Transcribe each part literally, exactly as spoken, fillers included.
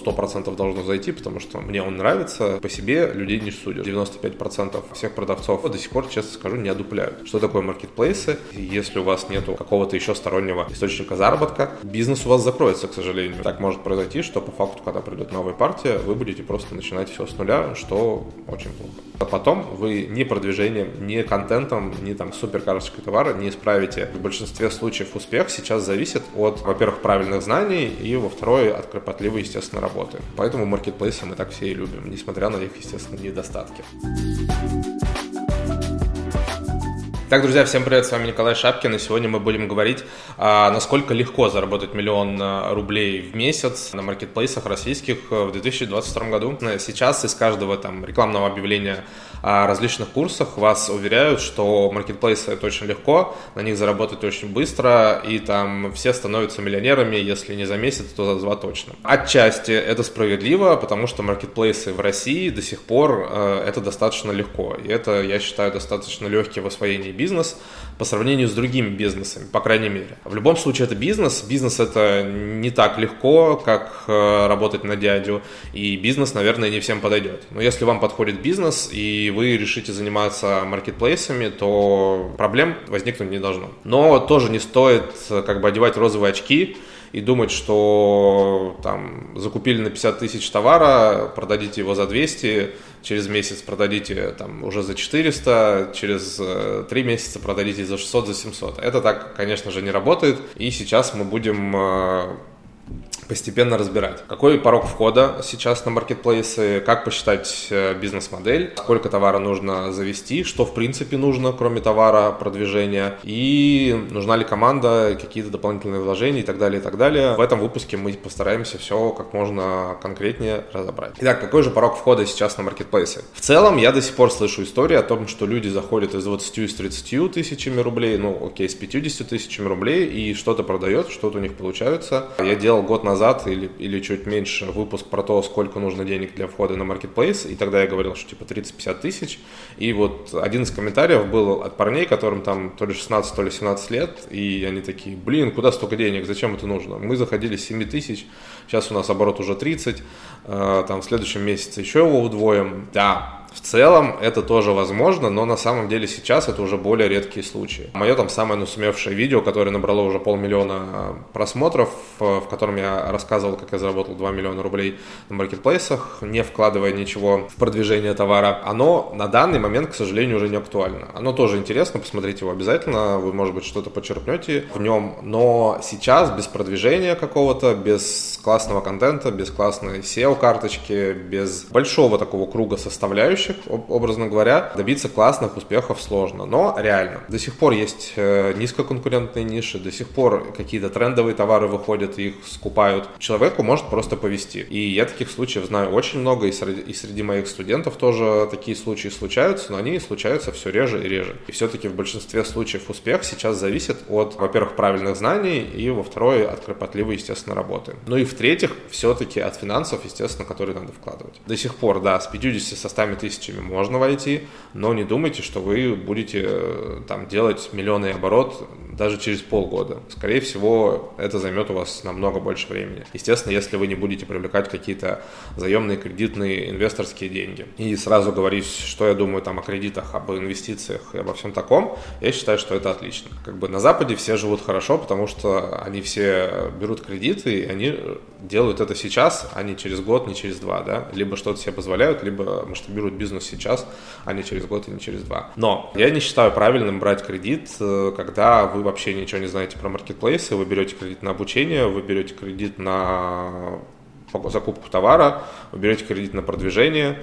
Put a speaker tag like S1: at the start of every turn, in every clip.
S1: сто процентов должно зайти, потому что мне он нравится, по себе людей не судят. девяносто пять процентов всех продавцов до сих пор, честно скажу, не одупляют. Что такое маркетплейсы? Если у вас нету какого-то еще стороннего источника заработка, бизнес у вас закроется, к сожалению. Так может произойти, что по факту, когда придет новая партия, вы будете просто начинать все с нуля, что очень плохо. А потом вы ни продвижением, ни контентом, ни там супер карточкой товара не исправите. В большинстве случаев успех сейчас зависит от, во-первых, правильных знаний и, во-вторых, от кропотливой, естественно, работы. Поэтому маркетплейсы мы так все и любим, несмотря на их, естественно, недостатки. Так, друзья, всем привет, с вами Николай Шапкин, и сегодня мы будем говорить, а, насколько легко заработать миллион рублей в месяц на маркетплейсах российских в две тысячи двадцать втором году. Сейчас из каждого там рекламного объявления о различных курсах вас уверяют, что маркетплейсы это очень легко, на них заработать очень быстро, и там все становятся миллионерами, если не за месяц, то за два точно. Отчасти это справедливо, потому что маркетплейсы в России до сих пор э, это достаточно легко, и это, я считаю, достаточно легкий в освоении бизнес по сравнению с другими бизнесами, по крайней мере. В любом случае это бизнес, бизнес это не так легко, как э, работать на дядю, и бизнес, наверное, не всем подойдет. Но если вам подходит бизнес, и вы решите заниматься маркетплейсами, то проблем возникнуть не должно. Но тоже не стоит как бы одевать розовые очки и думать, что там закупили на пятьдесят тысяч товара, продадите его за двести, через месяц продадите там уже за четыреста, через три месяца продадите за шестьсот, за семьсот. Это так, конечно же, не работает, и сейчас мы будем постепенно разбирать. Какой порог входа сейчас на маркетплейсы, как посчитать бизнес-модель, сколько товара нужно завести, что в принципе нужно, кроме товара, продвижения, и нужна ли команда, какие-то дополнительные вложения и так далее, и так далее. В этом выпуске мы постараемся все как можно конкретнее разобрать. Итак, какой же порог входа сейчас на маркетплейсы? В целом, я до сих пор слышу истории о том, что люди заходят из двадцати, с тридцатью тысячами рублей, ну окей, с пятьюдесятью тысячами рублей, и что-то продает, что-то у них получается. Я делал год назад или, или чуть меньше выпуск про то, сколько нужно денег для входа на маркетплейс, и тогда я говорил, что типа тридцать-пятьдесят тысяч, и вот один из комментариев был от парней, которым там то ли шестнадцать, то ли семнадцать лет, и они такие: блин, куда столько денег, зачем это нужно? Мы заходили с семи тысяч, сейчас у нас оборот уже тридцать, там в следующем месяце еще его удвоим. Да, в целом это тоже возможно, но на самом деле сейчас это уже более редкие случаи. Мое там самое насумевшее видео, которое набрало уже полмиллиона просмотров, в котором я рассказывал, как я заработал два миллиона рублей на маркетплейсах, не вкладывая ничего в продвижение товара, оно на данный момент, к сожалению, уже не актуально. Оно тоже интересно, посмотрите его обязательно, вы, может быть, что-то почерпнете в нем, но сейчас без продвижения какого-то, без классного контента, без классной сео-карточки, без большого такого круга составляющих, образно говоря, добиться классных успехов сложно, но реально. До сих пор есть низкоконкурентные ниши, до сих пор какие-то трендовые товары выходят и их скупают. Человеку может просто повезти. И я таких случаев знаю очень много, и среди, и среди моих студентов тоже такие случаи случаются, но они случаются все реже и реже. И все-таки в большинстве случаев успех сейчас зависит от, во-первых, правильных знаний, и, во-вторых, от кропотливой, естественно, работы. Ну и в-третьих, все-таки от финансов, естественно, которые надо вкладывать. До сих пор, да, с пятьюдесятью со ста тысячами можно войти, но не думайте, что вы будете там делать миллионный оборот даже через полгода. Скорее всего, это займет у вас намного больше времени. Естественно, если вы не будете привлекать какие-то заемные, кредитные, инвесторские деньги. И сразу говорить, что я думаю там о кредитах, об инвестициях и обо всем таком, я считаю, что это отлично. Как бы на Западе все живут хорошо, потому что они все берут кредиты, и они делают это сейчас, а не через год, не через два, да, либо что-то себе позволяют, либо масштабируют бизнес сейчас, а не через год и не через два. Но я не считаю правильным брать кредит, когда вы вообще ничего не знаете про маркетплейсы, вы берете кредит на обучение, вы берете кредит на закупку товара, вы берете кредит на продвижение,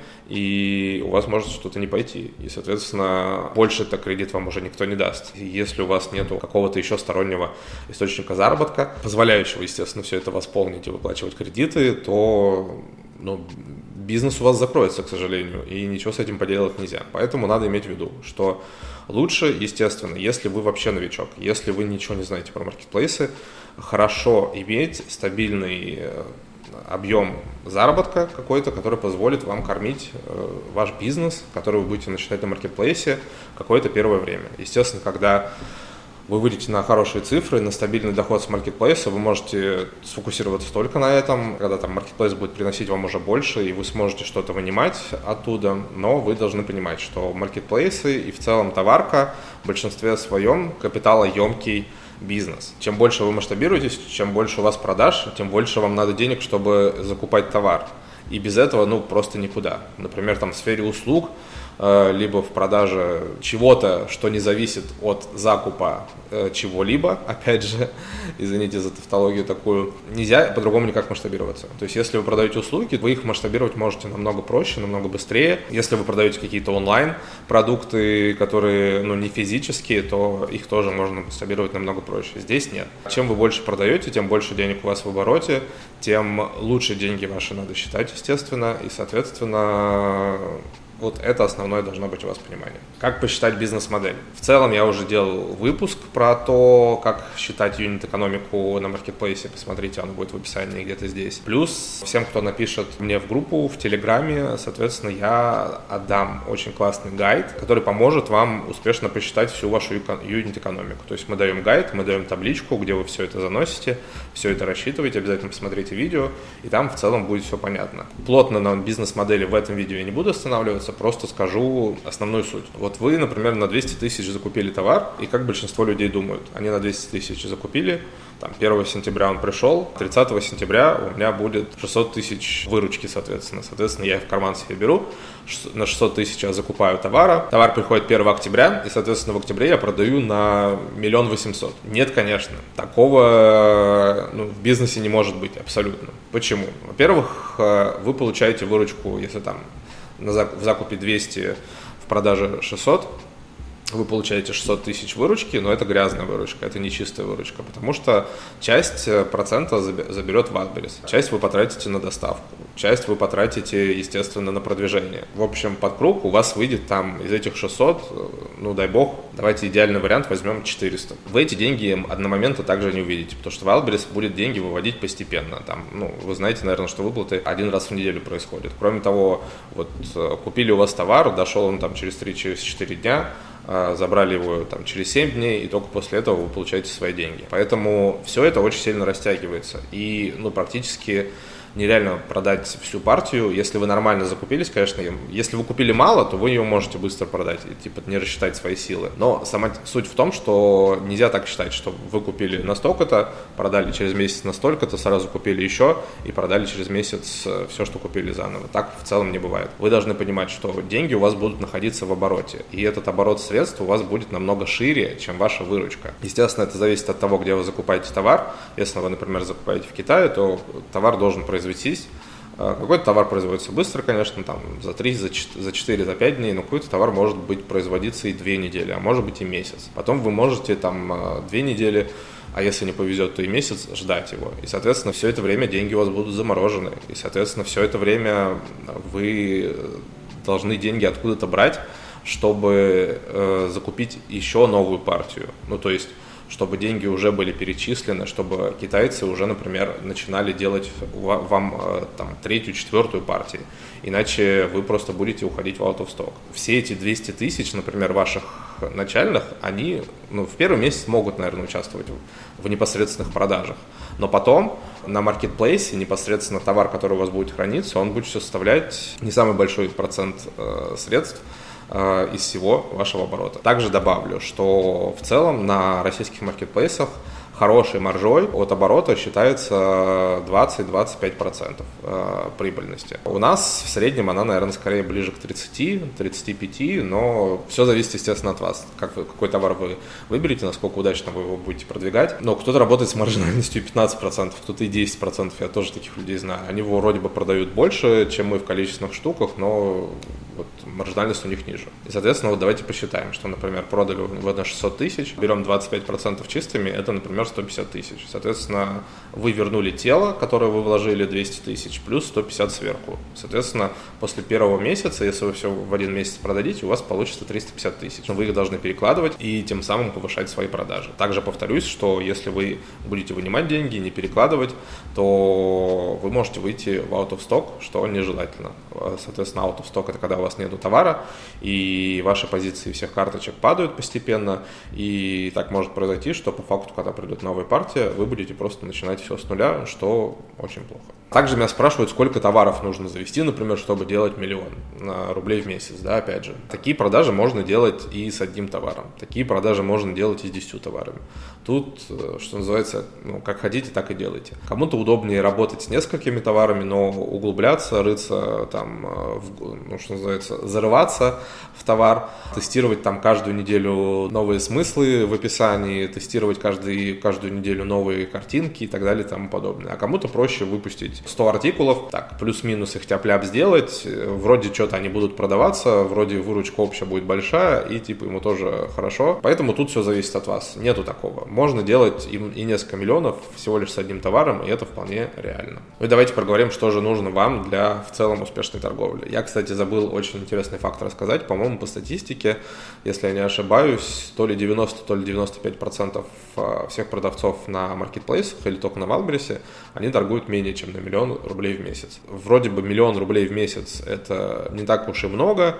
S1: и у вас может что-то не пойти. И, соответственно, больше-то кредит вам уже никто не даст. И если у вас нету какого-то еще стороннего источника заработка, позволяющего, естественно, все это восполнить и выплачивать кредиты, то ну, бизнес у вас закроется, к сожалению, и ничего с этим поделать нельзя. Поэтому надо иметь в виду, что лучше, естественно, если вы вообще новичок, если вы ничего не знаете про маркетплейсы, хорошо иметь стабильный объем заработка какой-то, который позволит вам кормить э, ваш бизнес, который вы будете начинать на маркетплейсе какое-то первое время. Естественно, когда вы выйдете на хорошие цифры, на стабильный доход с маркетплейса, вы можете сфокусироваться только на этом, когда там маркетплейс будет приносить вам уже больше, и вы сможете что-то вынимать оттуда, но вы должны понимать, что маркетплейсы и в целом товарка в большинстве своем капиталоемкий бизнес. Чем больше вы масштабируетесь, чем больше у вас продаж, тем больше вам надо денег, чтобы закупать товар. И без этого, ну, просто никуда. Например, там в сфере услуг, либо в продаже чего-то, что не зависит от закупа чего-либо, опять же, извините за тавтологию такую, нельзя по-другому никак масштабироваться. То есть, если вы продаете услуги, вы их масштабировать можете намного проще, намного быстрее. Если вы продаете какие-то онлайн-продукты, которые, ну, не физические, то их тоже можно масштабировать намного проще. Здесь нет. Чем вы больше продаете, тем больше денег у вас в обороте, тем лучше деньги ваши надо считать, естественно, и, соответственно, вот это основное должно быть у вас понимание. Как посчитать бизнес-модель? В целом я уже делал выпуск про то, как считать юнит-экономику на маркетплейсе. Посмотрите, оно будет в описании где-то здесь. Плюс всем, кто напишет мне в группу, в Телеграме, соответственно, я отдам очень классный гайд, который поможет вам успешно посчитать всю вашу юнит-экономику. То есть мы даем гайд, мы даем табличку, где вы все это заносите, все это рассчитываете, обязательно посмотрите видео, и там в целом будет все понятно. Плотно на бизнес-модели в этом видео я не буду останавливаться, просто скажу основную суть. Вот вы, например, на двести тысяч закупили товар, и как большинство людей думают, они на двести тысяч закупили, там, первого сентября он пришел, тридцатого сентября у меня будет шестьсот тысяч выручки, соответственно. Соответственно, я их в карман себе беру, на шестьсот тысяч я закупаю товара, товар приходит первого октября, и, соответственно, в октябре я продаю на миллион восемьсот. Нет, конечно, такого, ну, в бизнесе не может быть абсолютно. Почему? Во-первых, вы получаете выручку, если там в закупе двести, в продаже шестьсот, вы получаете шестьсот тысяч выручки, но это грязная выручка, это не чистая выручка, потому что часть процента заберет Wildberries, часть вы потратите на доставку, часть вы потратите, естественно, на продвижение. В общем, под круг у вас выйдет там из этих шестисот, ну дай бог, давайте идеальный вариант возьмем четыреста. Вы эти деньги одномоментно также не увидите, потому что Wildberries будет деньги выводить постепенно. Там, ну, вы знаете, наверное, что выплаты один раз в неделю происходят. Кроме того, вот купили у вас товар, дошел он там через три, через четыре дня, забрали его там через семь дней, и только после этого вы получаете свои деньги. Поэтому все это очень сильно растягивается. И, ну, практически нереально продать всю партию. Если вы нормально закупились, конечно, если вы купили мало, то вы ее можете быстро продать и типа не рассчитать свои силы. Но сама суть в том, что нельзя так считать, что вы купили на столько-то, продали через месяц на столько-то, сразу купили еще и продали через месяц все, что купили заново. Так в целом не бывает. Вы должны понимать, что деньги у вас будут находиться в обороте, и этот оборот средств у вас будет намного шире, чем ваша выручка. Естественно, это зависит от того, где вы закупаете товар. Если вы, например, закупаете в Китае, то товар должен производиться. Какой-то товар производится быстро, конечно, там за три, за четыре, за пять дней, но какой-то товар может быть производиться и две недели, а может быть и месяц. Потом вы можете там две недели, а если не повезет, то и месяц ждать его. И, соответственно, все это время деньги у вас будут заморожены. И, соответственно, все это время вы должны деньги откуда-то брать, чтобы э, закупить еще новую партию. Ну, то есть, чтобы деньги уже были перечислены, чтобы китайцы уже, например, начинали делать вам там третью, четвертую партию. Иначе вы просто будете уходить в out of stock. Все эти двести тысяч, например, ваших начальных, они, ну, в первый месяц могут, наверное, участвовать в, в непосредственных продажах. Но потом на маркетплейсе непосредственно товар, который у вас будет храниться, он будет составлять не самый большой процент э, средств из всего вашего оборота. Также добавлю, что в целом на российских маркетплейсах хорошей маржой от оборота считается двадцать-двадцать пять процентов прибыльности. У нас в среднем она, наверное, скорее ближе к тридцати-тридцати пяти, но все зависит, естественно, от вас. Как вы, какой товар вы выберете, насколько удачно вы его будете продвигать. Но кто-то работает с маржинальностью пятнадцать процентов, кто-то и десять процентов, я тоже таких людей знаю. Они его вроде бы продают больше, чем мы в количественных штуках, но вот маржинальность у них ниже. И, соответственно, вот давайте посчитаем, что, например, продали вы на шестьсот тысяч, берем двадцать пять процентов чистыми, это, например, сто пятьдесят тысяч. Соответственно, вы вернули тело, которое вы вложили двести тысяч, плюс сто пятьдесят сверху. Соответственно, после первого месяца, если вы все в один месяц продадите, у вас получится триста пятьдесят тысяч. Вы их должны перекладывать и тем самым повышать свои продажи. Также повторюсь, что если вы будете вынимать деньги, не перекладывать, то вы можете выйти в out of stock, что нежелательно. Соответственно, out of stock — это когда у вас нет товара, и ваши позиции всех карточек падают постепенно, и так может произойти, что по факту, когда придет новая партия, вы будете просто начинать все с нуля, что очень плохо. Также меня спрашивают, сколько товаров нужно завести, например, чтобы делать миллион рублей в месяц, да, опять же. Такие продажи можно делать и с одним товаром, такие продажи можно делать и с десятью товарами. Тут, что называется, ну, как хотите, так и делайте. Кому-то удобнее работать с несколькими товарами, но углубляться, рыться, там, в, ну, что называется, зарываться в товар, тестировать там каждую неделю новые смыслы в описании, тестировать каждый, каждую неделю новые картинки и так далее и тому подобное. А кому-то проще выпустить сто артикулов, так, плюс-минус их тяп-ляп сделать, вроде что-то они будут продаваться, вроде выручка общая будет большая, и типа ему тоже хорошо. Поэтому тут все зависит от вас, нету такого. Можно делать им и несколько миллионов всего лишь с одним товаром, и это вполне реально. Ну и давайте поговорим, что же нужно вам для в целом успешной торговли. Я, кстати, забыл очень интересный факт рассказать. По-моему, по статистике, если я не ошибаюсь, то ли девяносто, то ли девяносто пять процентов всех продавцов на маркетплейсах или только на Wildberries, они торгуют менее чем на миллион рублей в месяц. Вроде бы миллион рублей в месяц это не так уж и много,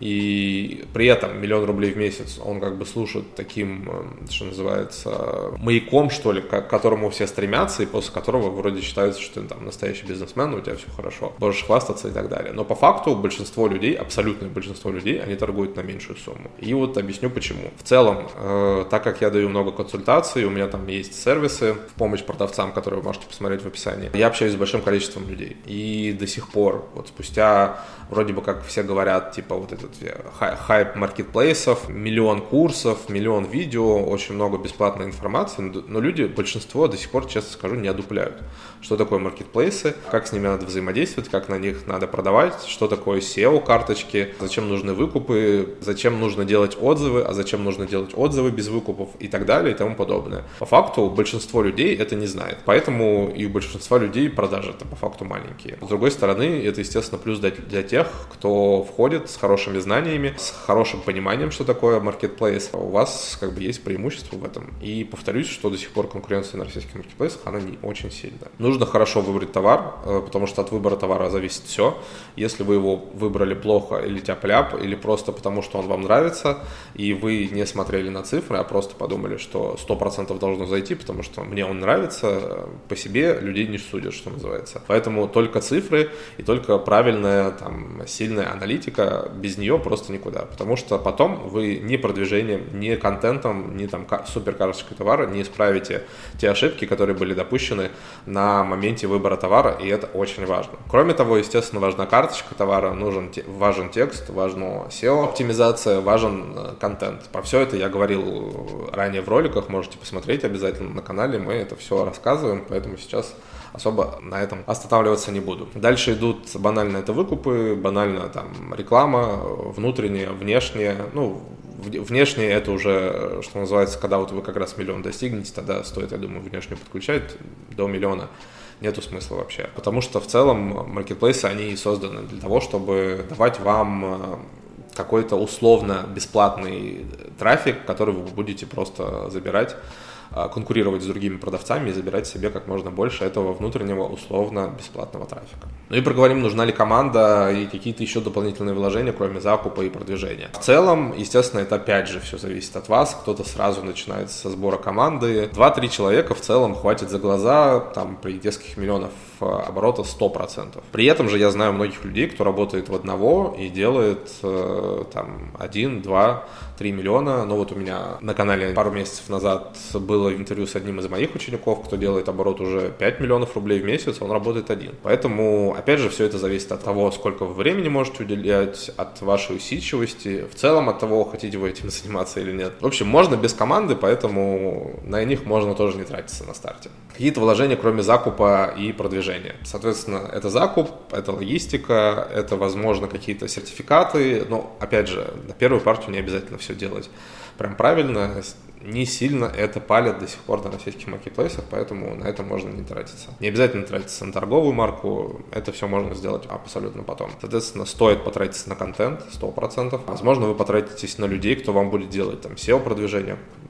S1: и при этом миллион рублей в месяц он как бы служит таким, что называется, маяком, что ли, к которому все стремятся, и после которого вроде считается, что ты там настоящий бизнесмен, у тебя все хорошо, можешь хвастаться и так далее. Но по факту большинство людей, абсолютное большинство людей, они торгуют на меньшую сумму. И вот объясню почему. В целом, э, так как я даю много консультаций, у меня там есть сервисы в помощь продавцам, которые вы можете посмотреть в описании, я общаюсь с большим количеством людей. И до сих пор, вот спустя, вроде бы как все говорят, типа вот этот хайп маркетплейсов, миллион курсов, миллион видео, очень много бесплатной информации, но люди, большинство до сих пор, честно скажу, не одупляют, что такое маркетплейсы, как с ними надо взаимодействовать, как на них надо продавать, что такое сео-карточки, зачем нужны выкупы, зачем нужно делать отзывы, а зачем нужно делать отзывы без выкупов и так далее и тому подобное. По факту большинство людей это не знает, поэтому и у большинства людей продажи-то по факту маленькие. С другой стороны, это, естественно, плюс для тех, кто входит с хорошими знаниями, с хорошим пониманием, что такое маркетплейс. У вас как бы есть преимущество в этом. И повторюсь, что до сих пор конкуренция на российских маркетплейсах, она не очень сильная. Нужно хорошо выбрать товар, потому что от выбора товара зависит все. Если вы его выбрали плохо или тяп-ляп, или просто потому, что он вам нравится, и вы не смотрели на цифры, а просто подумали, что сто процентов должно зайти, потому что мне он нравится, по себе людей не судят, что называется. Поэтому только цифры и только правильная, там, сильная аналитика, без нее просто никуда. Потому что потом вы ни продвижением, ни контентом, ни там супер карточкой товара не исправите те ошибки, которые были допущены на моменте выбора товара, и это очень важно. Кроме того, естественно, важна карточка товара, нужен, важен текст, важно сео-оптимизация, важен контент. Про все это я говорил ранее в роликах, можете посмотреть обязательно на канале, мы это все рассказываем, поэтому сейчас особо на этом останавливаться не буду. Дальше идут банально это выкупы, банально там реклама, внутренняя, внешняя. Ну, внешняя это уже, что называется, когда вот вы как раз миллион достигнете, тогда стоит, я думаю, внешнюю подключать. До миллиона нету смысла вообще. Потому что в целом маркетплейсы, они созданы для того, чтобы давать вам какой-то условно бесплатный трафик, который вы будете просто забирать, конкурировать с другими продавцами и забирать себе как можно больше этого внутреннего условно-бесплатного трафика. Ну и проговорим, нужна ли команда и какие-то еще дополнительные вложения, кроме закупа и продвижения. В целом, естественно, это опять же все зависит от вас. Кто-то сразу начинает со сбора команды. Два-три человека в целом хватит за глаза, там при нескольких миллионов оборота сто процентов. При этом же я знаю многих людей, кто работает в одного и делает э, там один, два, три миллиона. Но вот у меня на канале пару месяцев назад было интервью с одним из моих учеников, кто делает оборот уже пять миллионов рублей в месяц, он работает один. Поэтому, опять же, все это зависит от того, сколько вы времени можете уделять, от вашей усидчивости, в целом от того, хотите вы этим заниматься или нет. В общем, можно без команды, поэтому на них можно тоже не тратиться на старте. Какие-то вложения, кроме закупа и продвижения. Соответственно, это закуп, это логистика, это, возможно, какие-то сертификаты, но, опять же, на первую партию не обязательно все делать прям правильно. Не сильно это палит до сих пор на российских маркетплейсах, поэтому на это можно не тратиться. Не обязательно тратиться на торговую марку, это все можно сделать абсолютно потом. Соответственно, стоит потратиться на контент, сто процентов. Возможно, вы потратитесь на людей, кто вам будет делать там сео-продвижение,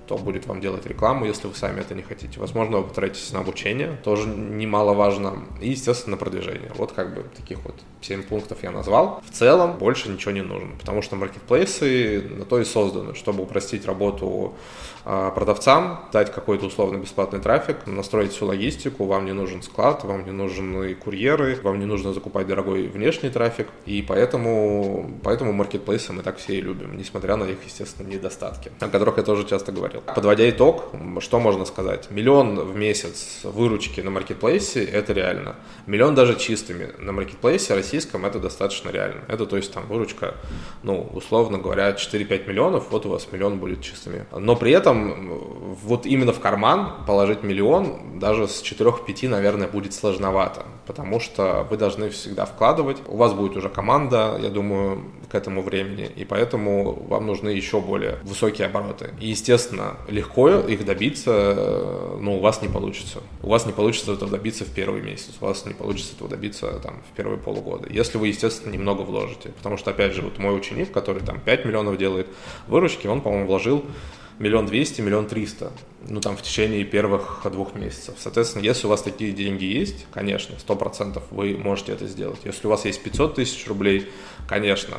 S1: кто будет вам делать рекламу, если вы сами это не хотите. Возможно, вы потратитесь на обучение, тоже немаловажно, и, естественно, на продвижение. Вот как бы таких вот семь пунктов я назвал. В целом больше ничего не нужно, потому что маркетплейсы на то и созданы, чтобы упростить работу продавцам, дать какой-то условно-бесплатный трафик, настроить всю логистику, вам не нужен склад, вам не нужны курьеры, вам не нужно закупать дорогой внешний трафик, и поэтому, поэтому маркетплейсы мы так все и любим, несмотря на их, естественно, недостатки, о которых я тоже часто говорил. Подводя итог, что можно сказать? Миллион в месяц выручки на маркетплейсе – это реально. Миллион даже чистыми на маркетплейсе российском – это достаточно реально. Это, то есть, там выручка, ну, условно говоря, четыре-пять миллионов, вот у вас миллион будет чистыми. Но при этом вот именно в карман положить миллион даже с четырех-пяти, наверное, будет сложновато, потому что вы должны всегда вкладывать. У вас будет уже команда, я думаю, к этому времени, и поэтому вам нужны еще более высокие обороты. И, естественно, легко их добиться, но у вас не получится. У вас не получится этого добиться в первый месяц, у вас не получится этого добиться там, в первые полгода, если вы, естественно, немного вложите. Потому что, опять же, вот мой ученик, который там пять миллионов делает выручки, он, по-моему, вложил миллион двести, миллион триста, ну там в течение первых двух месяцев. Соответственно, если у вас такие деньги есть, конечно, сто процентов вы можете это сделать. Если у вас есть пятьсот тысяч рублей, конечно,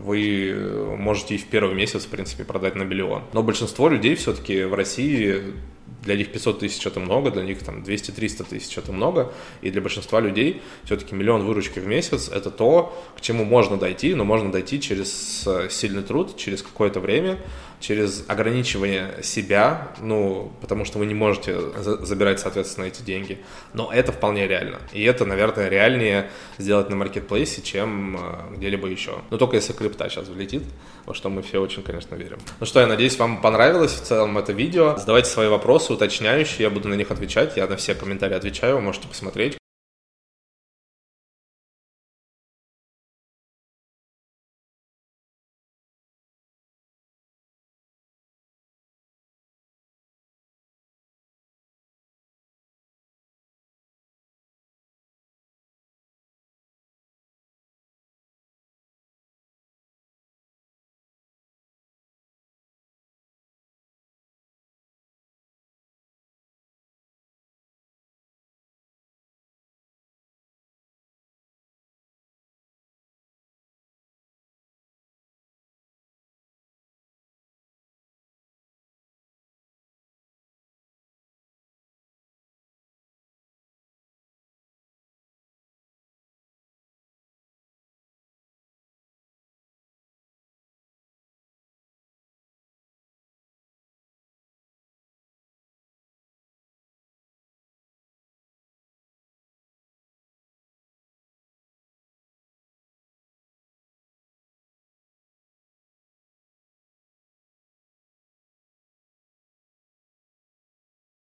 S1: вы можете и в первый месяц, в принципе, продать на миллион. Но большинство людей все-таки в России, для них пятьсот тысяч это много, для них там двести-триста тысяч это много, и для большинства людей все-таки миллион выручки в месяц это то, к чему можно дойти, но можно дойти через сильный труд, через какое-то время, через ограничивание себя, ну, потому что вы не можете за- забирать, соответственно, эти деньги. Но это вполне реально. И это, наверное, реальнее сделать на маркетплейсе, чем э, где-либо еще. Но только если крипта сейчас влетит, во что мы все очень, конечно, верим. Ну что, я надеюсь, вам понравилось в целом это видео. Задавайте свои вопросы уточняющие, я буду на них отвечать. Я на все комментарии отвечаю, вы можете посмотреть.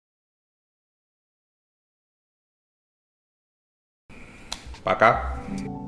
S1: Пока!